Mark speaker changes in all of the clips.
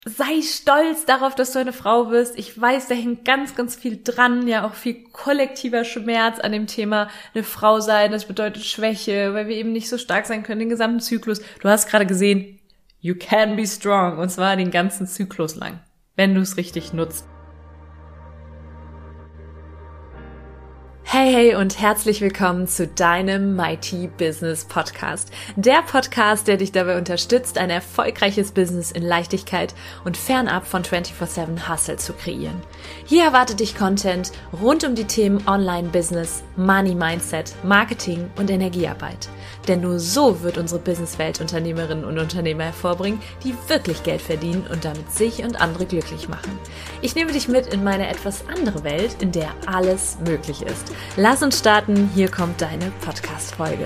Speaker 1: sei stolz darauf, dass du eine Frau bist. Ich weiß, da hängt ganz, ganz viel dran, ja, auch viel kollektiver Schmerz an dem Thema eine Frau sein. Das bedeutet Schwäche, weil wir eben nicht so stark sein können, den gesamten Zyklus. Du hast gerade gesehen, you can be strong, und zwar den ganzen Zyklus lang, wenn du es richtig nutzt. Hey und herzlich willkommen zu deinem Mighty Business Podcast. Der Podcast, der dich dabei unterstützt, ein erfolgreiches Business in Leichtigkeit und fernab von 24/7 Hustle zu kreieren. Hier erwartet dich Content rund um die Themen Online-Business, Money-Mindset, Marketing und Energiearbeit. Denn nur so wird unsere Businesswelt Unternehmerinnen und Unternehmer hervorbringen, die wirklich Geld verdienen und damit sich und andere glücklich machen. Ich nehme dich mit in meine etwas andere Welt, in der alles möglich ist. Lass uns starten, hier kommt deine Podcast-Folge.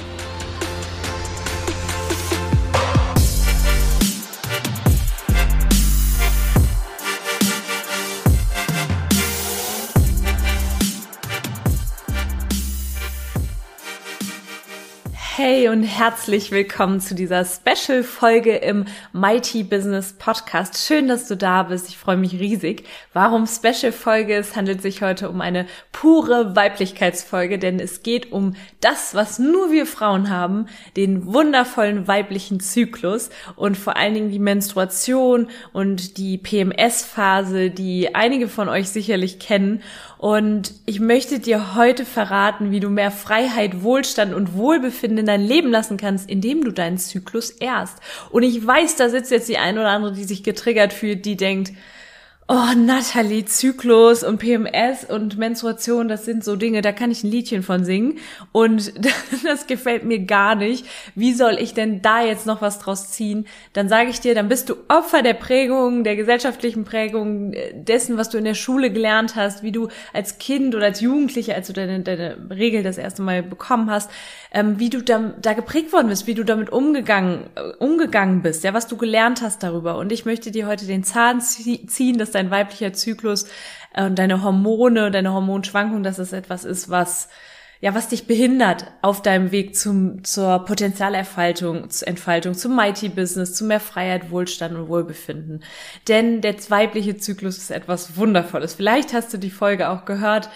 Speaker 1: Hey und herzlich willkommen zu dieser Special-Folge im Mighty Business Podcast. Schön, dass du da bist. Ich freue mich riesig. Warum Special-Folge? Es handelt sich heute um eine pure Weiblichkeitsfolge, denn es geht um das, was nur wir Frauen haben, den wundervollen weiblichen Zyklus und vor allen Dingen die Menstruation und die PMS-Phase, die einige von euch sicherlich kennen. Und ich möchte dir heute verraten, wie du mehr Freiheit, Wohlstand und Wohlbefinden in dein Leben lassen kannst, indem du deinen Zyklus ehrst. Und ich weiß, da sitzt jetzt die eine oder andere, die sich getriggert fühlt, die denkt, oh, Nathalie, Zyklus und PMS und Menstruation, das sind so Dinge, da kann ich ein Liedchen von singen und das gefällt mir gar nicht. Wie soll ich denn da jetzt noch was draus ziehen? Dann sage ich dir, dann bist du Opfer der Prägung, der gesellschaftlichen Prägung, dessen, was du in der Schule gelernt hast, wie du als Kind oder als Jugendliche, als du deine Regel das erste Mal bekommen hast, wie du da geprägt worden bist, wie du damit umgegangen bist, ja, was du gelernt hast darüber. Und ich möchte dir heute den Zahn ziehen, dass dein weiblicher Zyklus und deine Hormone und deine Hormonschwankung, dass es etwas ist, was dich behindert auf deinem Weg zur Potenzialentfaltung, zum Mighty Business, zu mehr Freiheit, Wohlstand und Wohlbefinden. Denn der weibliche Zyklus ist etwas Wundervolles. Vielleicht hast du die Folge auch gehört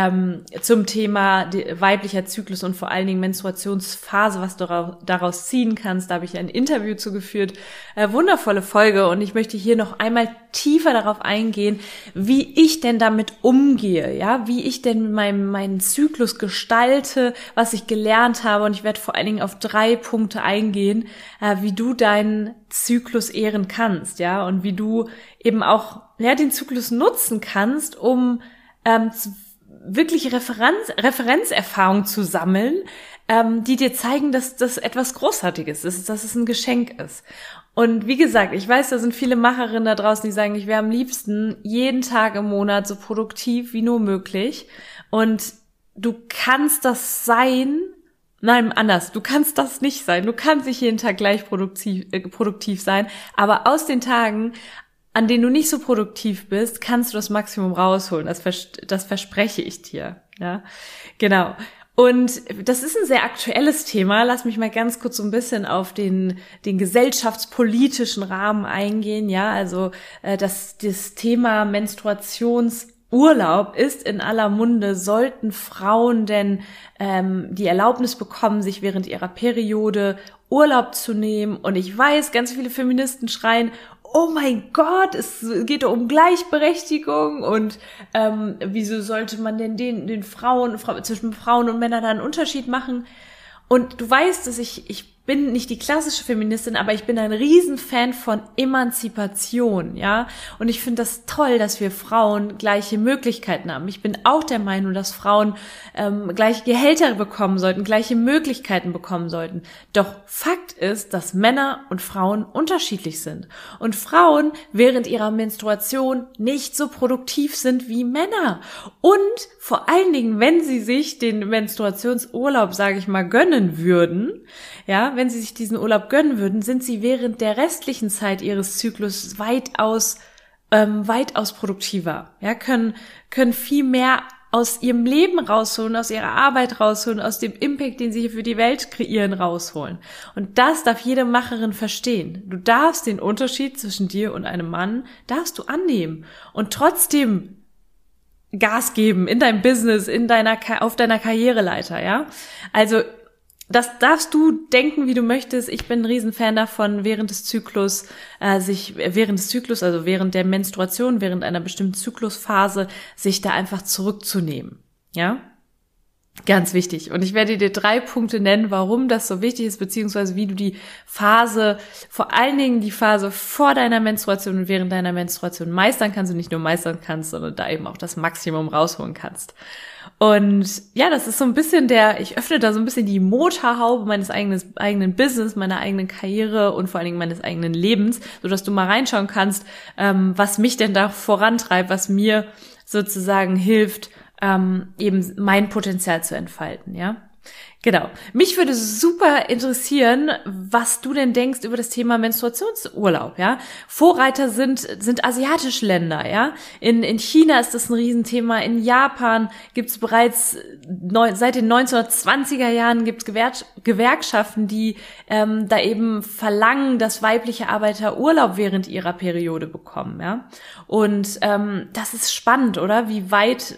Speaker 1: zum Thema weiblicher Zyklus und vor allen Dingen Menstruationsphase, was du daraus ziehen kannst. Da habe ich ein Interview zugeführt. Wundervolle Folge, und ich möchte hier noch einmal tiefer darauf eingehen, wie ich denn damit umgehe, ja, wie ich denn meinen Zyklus gestalte, was ich gelernt habe, und ich werde vor allen Dingen auf 3 Punkte eingehen, wie du deinen Zyklus ehren kannst, ja, und wie du eben auch den Zyklus nutzen kannst, um wirklich Referenzerfahrung zu sammeln, die dir zeigen, dass das etwas Großartiges ist, dass es ein Geschenk ist. Und wie gesagt, ich weiß, da sind viele Macherinnen da draußen, die sagen, ich wäre am liebsten jeden Tag im Monat so produktiv wie nur möglich. Und du kannst das sein, nein, anders, du kannst das nicht sein. Du kannst nicht jeden Tag gleich produktiv sein, aber aus den Tagen, an denen du nicht so produktiv bist, kannst du das Maximum rausholen. Das verspreche ich dir. Ja, genau. Und das ist ein sehr aktuelles Thema. Lass mich mal ganz kurz so ein bisschen auf den gesellschaftspolitischen Rahmen eingehen. Ja, also das Thema Menstruationsurlaub ist in aller Munde. Sollten Frauen denn die Erlaubnis bekommen, sich während ihrer Periode Urlaub zu nehmen? Und ich weiß, ganz viele Feministen schreien, oh mein Gott, es geht um Gleichberechtigung und wieso sollte man denn den Frauen zwischen Frauen und Männern da einen Unterschied machen? Und du weißt, dass ich bin nicht die klassische Feministin, aber ich bin ein Riesenfan von Emanzipation, ja. Und ich finde das toll, dass wir Frauen gleiche Möglichkeiten haben. Ich bin auch der Meinung, dass Frauen gleiche Gehälter bekommen sollten, gleiche Möglichkeiten bekommen sollten. Doch Fakt ist, dass Männer und Frauen unterschiedlich sind. Und Frauen während ihrer Menstruation nicht so produktiv sind wie Männer. Und vor allen Dingen, wenn sie sich den Menstruationsurlaub, sage ich mal, gönnen würden, ja, wenn sie sich diesen Urlaub gönnen würden, sind sie während der restlichen Zeit ihres Zyklus weitaus produktiver, ja, können viel mehr aus ihrem Leben rausholen, aus ihrer Arbeit rausholen, aus dem Impact, den sie hier für die Welt kreieren, rausholen. Und das darf jede Macherin verstehen. Du darfst den Unterschied zwischen dir und einem Mann, darfst du annehmen und trotzdem Gas geben in deinem Business, auf deiner Karriereleiter, ja? Also, das darfst du denken, wie du möchtest. Ich bin ein Riesenfan davon, während des Zyklus, also während der Menstruation, während einer bestimmten Zyklusphase, sich da einfach zurückzunehmen. Ja? Ganz wichtig. Und ich werde dir 3 Punkte nennen, warum das so wichtig ist, beziehungsweise wie du die Phase, vor allen Dingen die Phase vor deiner Menstruation und während deiner Menstruation meistern kannst und nicht nur meistern kannst, sondern da eben auch das Maximum rausholen kannst. Und ja, das ist so ein bisschen ich öffne da so ein bisschen die Motorhaube meines eigenen Business, meiner eigenen Karriere und vor allen Dingen meines eigenen Lebens, sodass du mal reinschauen kannst, was mich denn da vorantreibt, was mir sozusagen hilft, eben mein Potenzial zu entfalten, ja. Genau. Mich würde super interessieren, was du denn denkst über das Thema Menstruationsurlaub, ja. Vorreiter sind asiatische Länder, ja. In China ist das ein Riesenthema. In Japan gibt's bereits seit den 1920er Jahren gibt's Gewerkschaften, die da eben verlangen, dass weibliche Arbeiter Urlaub während ihrer Periode bekommen, ja. Und das ist spannend, oder? Wie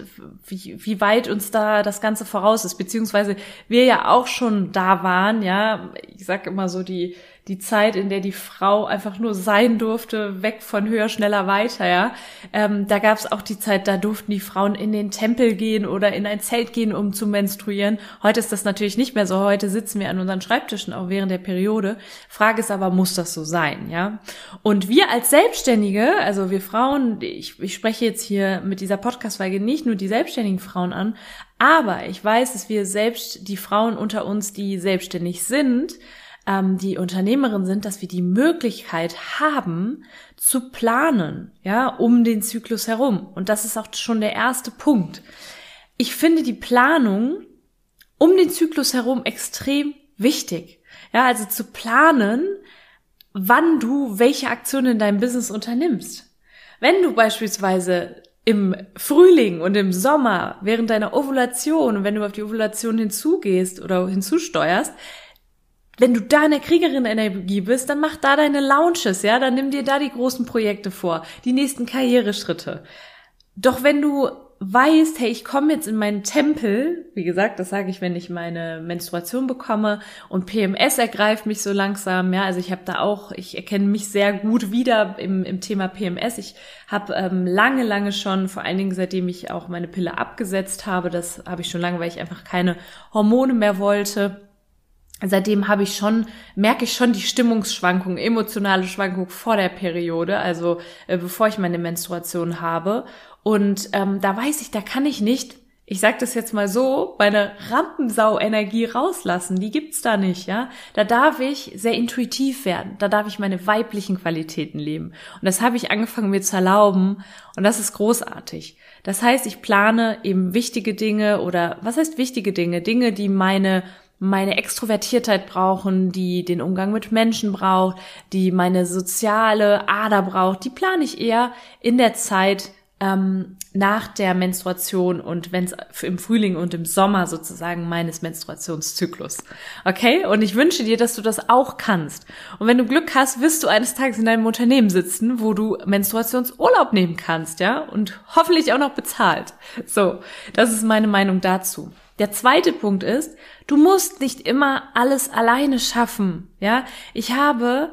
Speaker 1: weit uns da das Ganze voraus ist, beziehungsweise wir ja auch schon da waren, ja, ich sag immer so die Zeit, in der die Frau einfach nur sein durfte, weg von höher, schneller, weiter, ja, da gab es auch die Zeit, da durften die Frauen in den Tempel gehen oder in ein Zelt gehen, um zu menstruieren. Heute ist das natürlich nicht mehr so, heute sitzen wir an unseren Schreibtischen auch während der Periode. Frage ist aber, muss das so sein, ja? Und wir als Selbstständige, also wir Frauen, ich spreche jetzt hier mit dieser Podcast-Folge nicht nur die selbstständigen Frauen an, aber ich weiß, dass wir selbst, die Frauen unter uns, die selbstständig sind, die Unternehmerin sind, dass wir die Möglichkeit haben, zu planen, ja, um den Zyklus herum. Und das ist auch schon der erste Punkt. Ich finde die Planung um den Zyklus herum extrem wichtig. Ja, also zu planen, wann du welche Aktion in deinem Business unternimmst. Wenn du beispielsweise im Frühling und im Sommer während deiner Ovulation, wenn du auf die Ovulation hinzugehst oder hinzusteuerst, wenn du da in der Kriegerin-Energie bist, dann mach da deine Launches, ja, dann nimm dir da die großen Projekte vor, die nächsten Karriereschritte. Doch wenn du weißt, hey, ich komme jetzt in meinen Tempel, wie gesagt, das sage ich, wenn ich meine Menstruation bekomme und PMS ergreift mich so langsam, ja, also ich erkenne mich sehr gut wieder im Thema PMS. Ich habe lange schon, vor allen Dingen seitdem ich auch meine Pille abgesetzt habe, das habe ich schon lange, weil ich einfach keine Hormone mehr wollte. Seitdem merke ich schon die Stimmungsschwankungen, emotionale Schwankungen vor der Periode, also bevor ich meine Menstruation habe. Und da weiß ich, da kann ich nicht, ich sage das jetzt mal so, meine Rampensau-Energie rauslassen. Die gibt's da nicht, ja. Da darf ich sehr intuitiv werden. Da darf ich meine weiblichen Qualitäten leben. Und das habe ich angefangen mir zu erlauben. Und das ist großartig. Das heißt, ich plane eben wichtige Dinge oder was heißt wichtige Dinge? Dinge, die meine Extrovertiertheit brauchen, die den Umgang mit Menschen braucht, die meine soziale Ader braucht, die plane ich eher in der Zeit nach der Menstruation und wenn es im Frühling und im Sommer sozusagen meines Menstruationszyklus. Okay? Und ich wünsche dir, dass du das auch kannst. Und wenn du Glück hast, wirst du eines Tages in deinem Unternehmen sitzen, wo du Menstruationsurlaub nehmen kannst, ja? Und hoffentlich auch noch bezahlt. So, das ist meine Meinung dazu. Der zweite Punkt ist, du musst nicht immer alles alleine schaffen, ja? Ich habe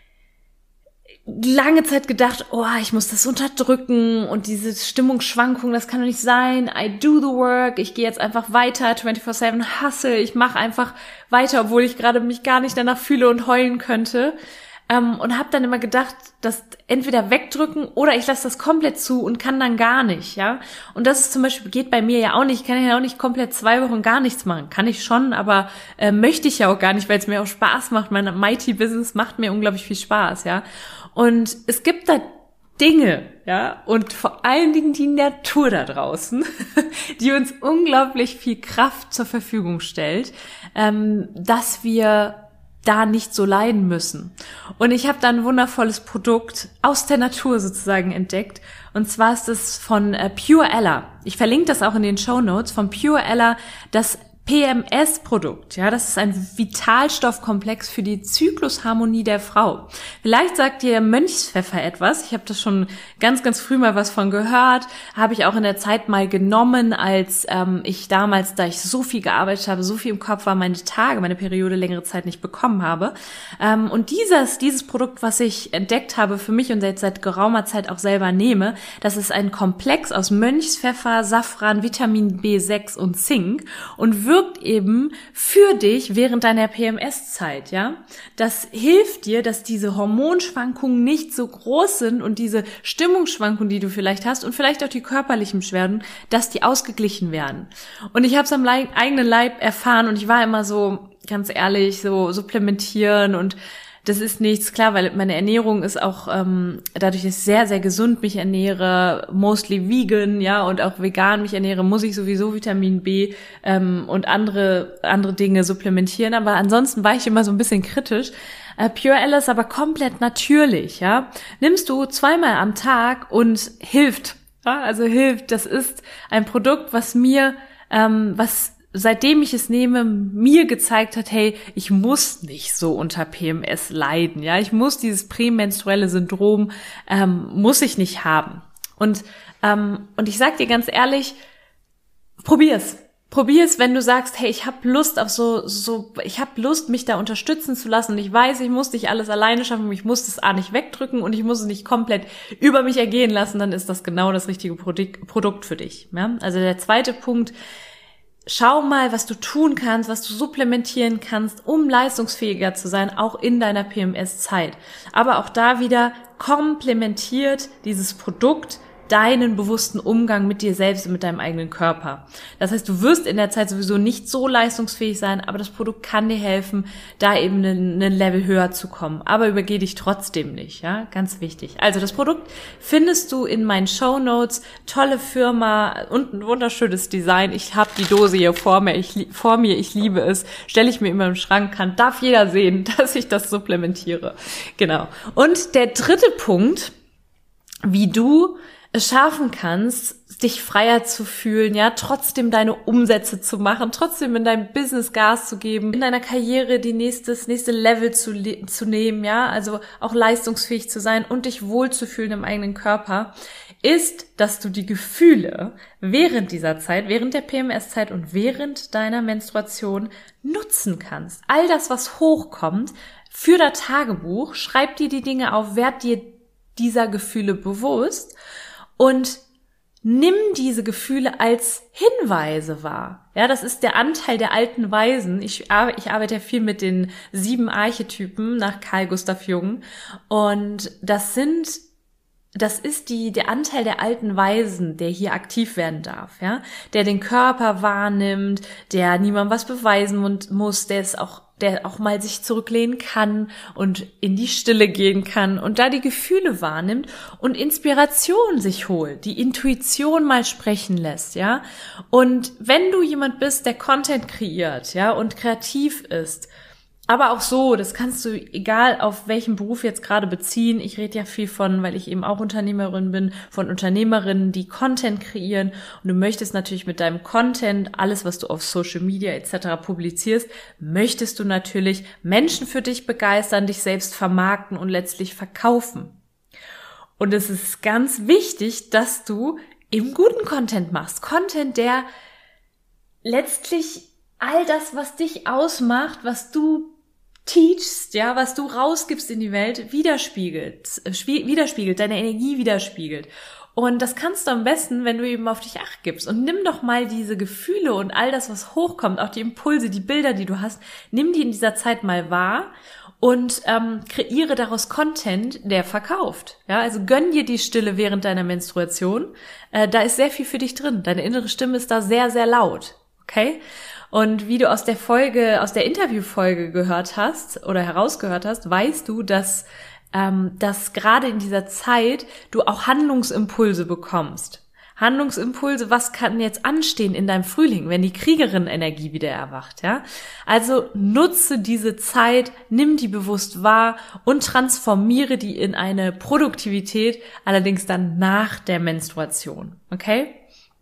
Speaker 1: lange Zeit gedacht, ich muss das unterdrücken und diese Stimmungsschwankungen, das kann doch nicht sein. I do the work, ich gehe jetzt einfach weiter, 24/7 hustle, ich mache einfach weiter, obwohl ich gerade mich gar nicht danach fühle und heulen könnte. Und habe dann immer gedacht, das entweder wegdrücken oder ich lasse das komplett zu und kann dann gar nicht, ja. Und das ist zum Beispiel, geht bei mir ja auch nicht. Ich kann ja auch nicht komplett 2 Wochen gar nichts machen. Kann ich schon, aber möchte ich ja auch gar nicht, weil es mir auch Spaß macht. Mein Mighty Business macht mir unglaublich viel Spaß, ja. Und es gibt da Dinge, ja, und vor allen Dingen die Natur da draußen, die uns unglaublich viel Kraft zur Verfügung stellt, dass wir da nicht so leiden müssen. Und ich habe da ein wundervolles Produkt aus der Natur sozusagen entdeckt. Und zwar ist es von Pure Ella. Ich verlinke das auch in den Shownotes. Von Pure Ella das PMS-Produkt, ja, das ist ein Vitalstoffkomplex für die Zyklusharmonie der Frau. Vielleicht sagt dir Mönchspfeffer etwas. Ich habe das schon ganz, ganz früh mal was von gehört. Habe ich auch in der Zeit mal genommen, als ich damals, da ich so viel gearbeitet habe, so viel im Kopf war, meine Periode längere Zeit nicht bekommen habe. Und dieses Produkt, was ich entdeckt habe für mich und jetzt seit geraumer Zeit auch selber nehme, das ist ein Komplex aus Mönchspfeffer, Safran, Vitamin B6 und Zink und wirkt eben für dich während deiner PMS-Zeit, ja. Das hilft dir, dass diese Hormonschwankungen nicht so groß sind und diese Stimmungsschwankungen, die du vielleicht hast und vielleicht auch die körperlichen Beschwerden, dass die ausgeglichen werden. Und ich habe es am eigenen Leib erfahren und ich war immer so, ganz ehrlich, so supplementieren und das ist nichts, klar, weil meine Ernährung ist auch, dadurch, dass ich sehr, sehr gesund mich ernähre, mostly vegan, ja, und auch vegan mich ernähre, muss ich sowieso Vitamin B und andere Dinge supplementieren. Aber ansonsten war ich immer so ein bisschen kritisch. Pure Ella ist aber komplett natürlich, ja. Nimmst du 2-mal am Tag und hilft, ja, also hilft. Das ist ein Produkt, was mir, seitdem ich es nehme, mir gezeigt hat, hey, ich muss nicht so unter PMS leiden, ja, ich muss dieses prämenstruelle Syndrom, muss ich nicht haben. Und ich sag dir ganz ehrlich, probier's, wenn du sagst, hey, ich habe Lust auf ich habe Lust, mich da unterstützen zu lassen und ich weiß, ich muss nicht alles alleine schaffen, ich muss das nicht wegdrücken und ich muss es nicht komplett über mich ergehen lassen, dann ist das genau das richtige Produkt für dich, ja? Also der zweite Punkt: Schau mal, was du tun kannst, was du supplementieren kannst, um leistungsfähiger zu sein, auch in deiner PMS-Zeit. Aber auch da wieder komplementiert dieses Produkt deinen bewussten Umgang mit dir selbst und mit deinem eigenen Körper. Das heißt, du wirst in der Zeit sowieso nicht so leistungsfähig sein, aber das Produkt kann dir helfen, da eben einen Level höher zu kommen. Aber übergeh dich trotzdem nicht, ja, ganz wichtig. Also das Produkt findest du in meinen Shownotes. Tolle Firma und ein wunderschönes Design. Ich habe die Dose hier vor mir, ich liebe es. Stelle ich mir immer im Schrank, darf jeder sehen, dass ich das supplementiere. Genau. Und der dritte Punkt, wie du es schaffen kannst, dich freier zu fühlen, ja, trotzdem deine Umsätze zu machen, trotzdem in deinem Business Gas zu geben, in deiner Karriere das nächste Level zu nehmen, ja, also auch leistungsfähig zu sein und dich wohlzufühlen im eigenen Körper, ist, dass du die Gefühle während dieser Zeit, während der PMS-Zeit und während deiner Menstruation nutzen kannst. All das, was hochkommt, für dein Tagebuch, schreib dir die Dinge auf, werd dir dieser Gefühle bewusst und nimm diese Gefühle als Hinweise wahr. Ja, das ist der Anteil der alten Weisen. Ich arbeite ja viel mit den 7 Archetypen nach Carl Gustav Jung. Und das ist der Anteil der alten Weisen, der hier aktiv werden darf, ja, der den Körper wahrnimmt, der niemandem was beweisen muss, der auch mal sich zurücklehnen kann und in die Stille gehen kann und da die Gefühle wahrnimmt und Inspiration sich holt, die Intuition mal sprechen lässt, ja. Und wenn du jemand bist, der Content kreiert, ja, und kreativ ist, aber auch so, das kannst du, egal auf welchen Beruf jetzt gerade beziehen. Ich rede ja viel weil ich eben auch Unternehmerin bin, von Unternehmerinnen, die Content kreieren. Und du möchtest natürlich mit deinem Content, alles, was du auf Social Media etc. publizierst, möchtest du natürlich Menschen für dich begeistern, dich selbst vermarkten und letztlich verkaufen. Und es ist ganz wichtig, dass du eben guten Content machst. Content, der letztlich all das, was dich ausmacht, was du teachst, ja, was du rausgibst in die Welt, widerspiegelt, deine Energie widerspiegelt. Und das kannst du am besten, wenn du eben auf dich Acht gibst. Und nimm doch mal diese Gefühle und all das, was hochkommt, auch die Impulse, die Bilder, die du hast, nimm die in dieser Zeit mal wahr und kreiere daraus Content, der verkauft. Ja, also gönn dir die Stille während deiner Menstruation. Da ist sehr viel für dich drin. Deine innere Stimme ist da sehr, sehr laut. Okay? Und wie du aus der Interviewfolge gehört hast oder herausgehört hast, weißt du, dass gerade in dieser Zeit du auch Handlungsimpulse bekommst. Handlungsimpulse, was kann jetzt anstehen in deinem Frühling, wenn die Kriegerin-Energie wieder erwacht, ja? Also nutze diese Zeit, nimm die bewusst wahr und transformiere die in eine Produktivität, allerdings dann nach der Menstruation, okay?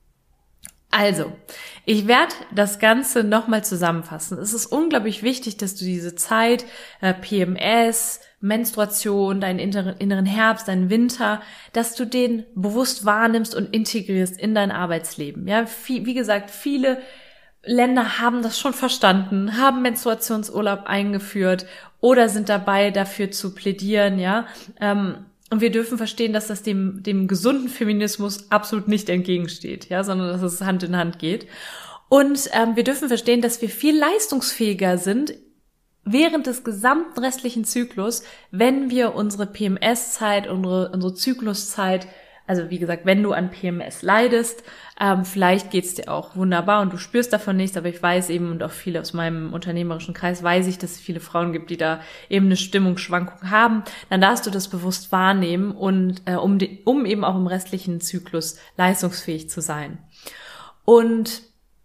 Speaker 1: Also, ich werde das Ganze nochmal zusammenfassen. Es ist unglaublich wichtig, dass du diese Zeit, PMS, Menstruation, deinen inneren Herbst, deinen Winter, dass du den bewusst wahrnimmst und integrierst in dein Arbeitsleben. Ja, wie gesagt, viele Länder haben das schon verstanden, haben Menstruationsurlaub eingeführt oder sind dabei, dafür zu plädieren, ja. Und wir dürfen verstehen, dass das dem gesunden Feminismus absolut nicht entgegensteht, ja, sondern dass es Hand in Hand geht. Und wir dürfen verstehen, dass wir viel leistungsfähiger sind während des gesamten restlichen Zyklus, wenn wir unsere PMS-Zeit, unsere Zykluszeit, also wie gesagt, wenn du an PMS leidest, vielleicht geht's dir auch wunderbar und du spürst davon nichts, aber ich weiß eben, und auch viele aus meinem unternehmerischen Kreis weiß ich, dass es viele Frauen gibt, die da eben eine Stimmungsschwankung haben, dann darfst du das bewusst wahrnehmen und um eben auch im restlichen Zyklus leistungsfähig zu sein. Und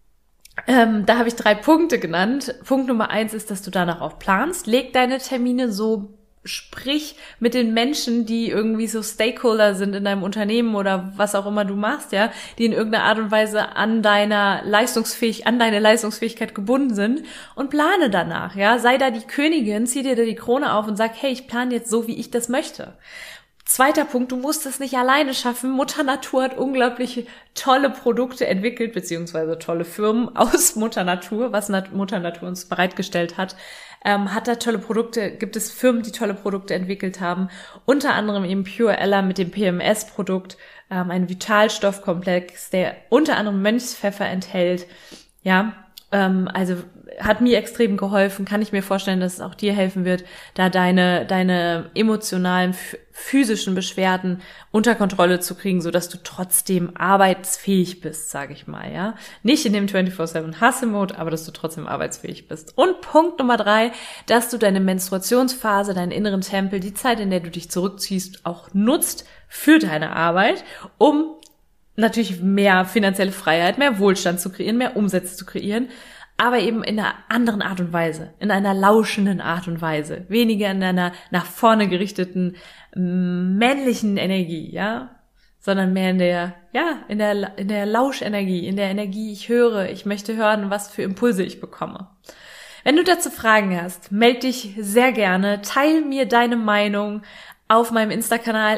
Speaker 1: da habe ich 3 Punkte genannt. Punkt Nummer 1 ist, dass du danach auch planst. Leg deine Termine so, sprich mit den Menschen, die irgendwie so Stakeholder sind in deinem Unternehmen oder was auch immer du machst, ja, die in irgendeiner Art und Weise an deine Leistungsfähigkeit gebunden sind und plane danach, ja. Sei da die Königin, zieh dir da die Krone auf und sag, hey, ich plane jetzt so, wie ich das möchte. 2. Punkt, du musst es nicht alleine schaffen. Mutter Natur hat unglaublich tolle Produkte entwickelt, beziehungsweise tolle Firmen aus Mutter Natur, was Mutter Natur uns bereitgestellt hat. Hat da tolle Produkte, gibt es Firmen, die tolle Produkte entwickelt haben. Unter anderem eben Pure Ella mit dem PMS-Produkt, ein Vitalstoffkomplex, der unter anderem Mönchspfeffer enthält. Ja, also hat mir extrem geholfen, kann ich mir vorstellen, dass es auch dir helfen wird, da deine emotionalen, physischen Beschwerden unter Kontrolle zu kriegen, sodass du trotzdem arbeitsfähig bist, sage ich mal, ja. Nicht in dem 24/7 Hustle-Mode, aber dass du trotzdem arbeitsfähig bist. Und Punkt Nummer 3, dass du deine Menstruationsphase, deinen inneren Tempel, die Zeit, in der du dich zurückziehst, auch nutzt für deine Arbeit, um natürlich mehr finanzielle Freiheit, mehr Wohlstand zu kreieren, mehr Umsätze zu kreieren, aber eben in einer anderen Art und Weise, in einer lauschenden Art und Weise, weniger in einer nach vorne gerichteten männlichen Energie, ja, sondern mehr in der Lauschenergie, in der Energie, ich höre, ich möchte hören, was für Impulse ich bekomme. Wenn du dazu Fragen hast, melde dich sehr gerne, teile mir deine Meinung auf meinem Insta-Kanal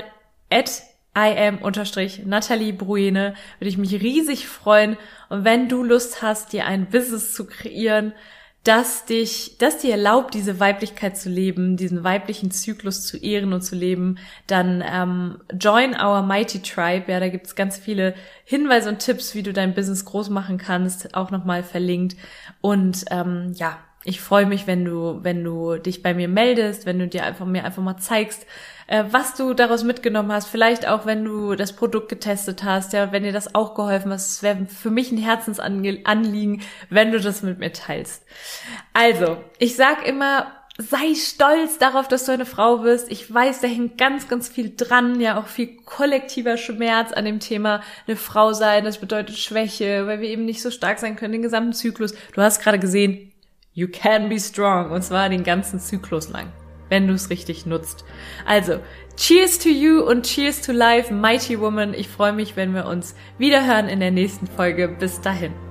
Speaker 1: @IM_Nathalie Bruene, würde ich mich riesig freuen. Und wenn du Lust hast, dir ein Business zu kreieren, das dir erlaubt, diese Weiblichkeit zu leben, diesen weiblichen Zyklus zu ehren und zu leben, dann join our Mighty Tribe. Ja, da gibt's ganz viele Hinweise und Tipps, wie du dein Business groß machen kannst, auch nochmal verlinkt. Und ich freue mich, wenn du dich bei mir meldest, wenn du mir einfach mal zeigst, was du daraus mitgenommen hast. Vielleicht auch, wenn du das Produkt getestet hast, ja, wenn dir das auch geholfen hat. Es wäre für mich ein Herzensanliegen, wenn du das mit mir teilst. Also, ich sag immer, sei stolz darauf, dass du eine Frau bist. Ich weiß, da hängt ganz, ganz viel dran, ja, auch viel kollektiver Schmerz an dem Thema eine Frau sein. Das bedeutet Schwäche, weil wir eben nicht so stark sein können, den gesamten Zyklus. Du hast gerade gesehen, you can be strong, und zwar den ganzen Zyklus lang, wenn du es richtig nutzt. Also, cheers to you und cheers to life, Mighty Woman. Ich freue mich, wenn wir uns wiederhören in der nächsten Folge. Bis dahin.